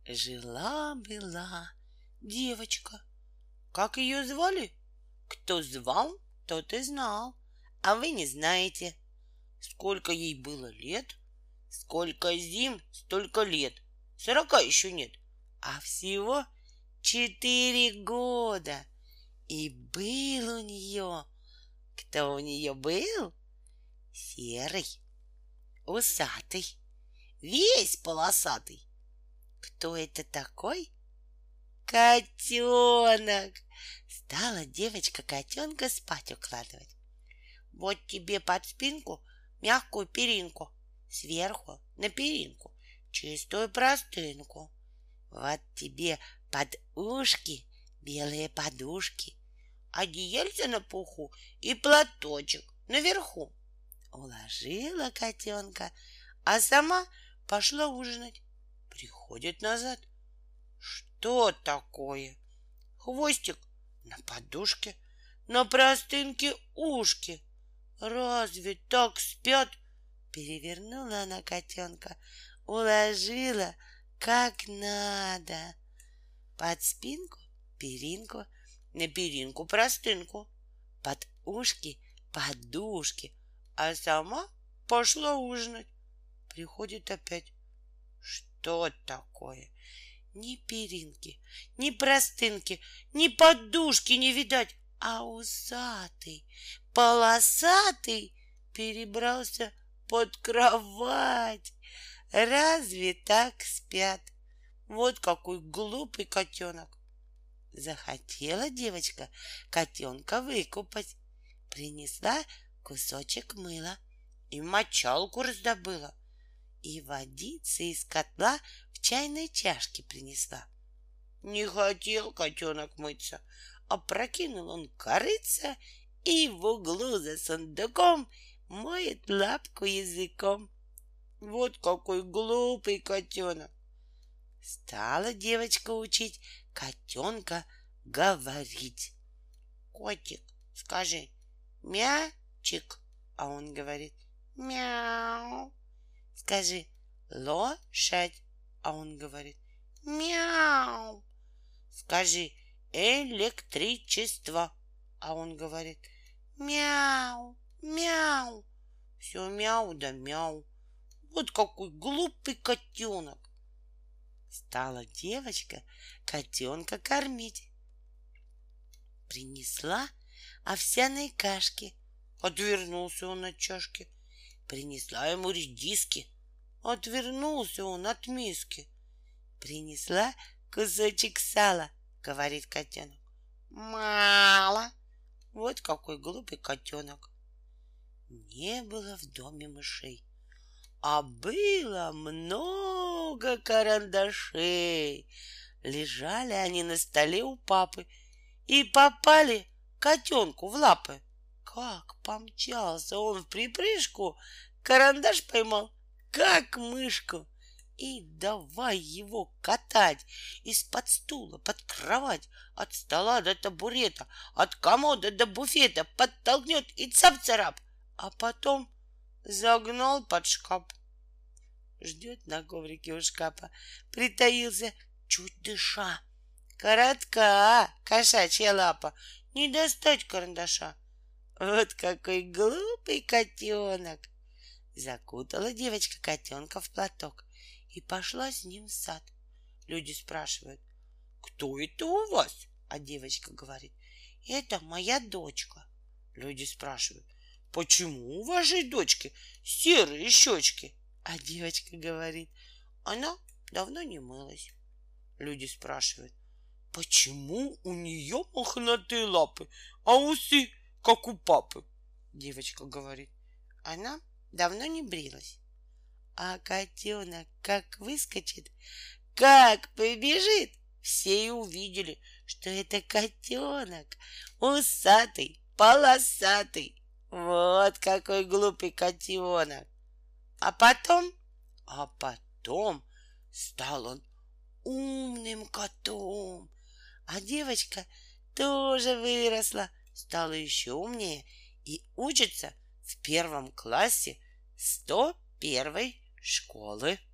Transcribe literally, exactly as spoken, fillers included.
Жила-была девочка. Как ее звали? Кто звал, тот и знал. А вы не знаете. Сколько ей было лет? Сколько зим, столько лет. Сорока еще нет. А всего четыре года. И был у нее... Кто у нее был? Серый, усатый, весь полосатый. Кто это такой? Котенок. Стала девочка котенка спать укладывать. Вот тебе под спинку мягкую перинку, сверху на перинку чистую простынку. Вот тебе под ушки белые подушки, одеяльце на пуху и платочек наверху. Уложила котенка, а сама пошла ужинать. Приходит назад. Что такое? Хвостик на подушке, на простынке ушки. Разве так спят? Перевернула она котенка, уложила как надо. Под спинку перинку, на перинку простынку, под ушки подушки, а сама пошла ужинать. Приходит опять. Что такое? Ни перинки, ни простынки, ни подушки не видать, а усатый, полосатый перебрался под кровать. Разве так спят? Вот какой глупый котенок. Захотела девочка котенка выкупать. Принесла кусочек мыла и мочалку раздобыла, и водицы из котла в чайной чашке принесла. Не хотел котенок мыться, опрокинул он корыца и в углу за сундуком моет лапку языком. Вот какой глупый котенок. Стала девочка учить котенка говорить. Котик, скажи мячик, а он говорит мяу. Скажи лошадь, а он говорит мяу. Скажи электричество, а он говорит мяу, мяу. Все мяу да мяу. Вот какой глупый котенок. Стала девочка котенка кормить. Принесла овсяной кашки. Отвернулся он от чашки. Принесла ему редиски. Отвернулся он от миски. Принесла кусочек сала, говорит котенок. Мало. Вот какой глупый котенок. Не было в доме мышей, а было много карандашей. Лежали они на столе у папы и попали котенку в лапы. Как помчался он в припрыжку, карандаш поймал, как мышку, и давай его катать из-под стула под кровать, от стола до табурета, от комода до буфета, подтолкнет и цап-царап, а потом загнал под шкаф. Ждет на коврике у шкафа, притаился, чуть дыша. Коротка кошачья лапа, не достать карандаша. Вот какой глупый котенок. Закутала девочка котенка в платок и пошла с ним в сад. Люди спрашивают: кто это у вас? А девочка говорит: это моя дочка. Люди спрашивают: почему у вашей дочки серые щечки? А девочка говорит: она давно не мылась. Люди спрашивают: почему у нее мохнатые лапы, а усы как у папы? Девочка говорит: она давно не брилась. А котенок как выскочит, как побежит, все и увидели, что это котенок усатый, полосатый. Вот какой глупый котенок. А потом, а потом стал он умным котом. А девочка тоже выросла, стала еще умнее и учится в первом классе сто первой школы.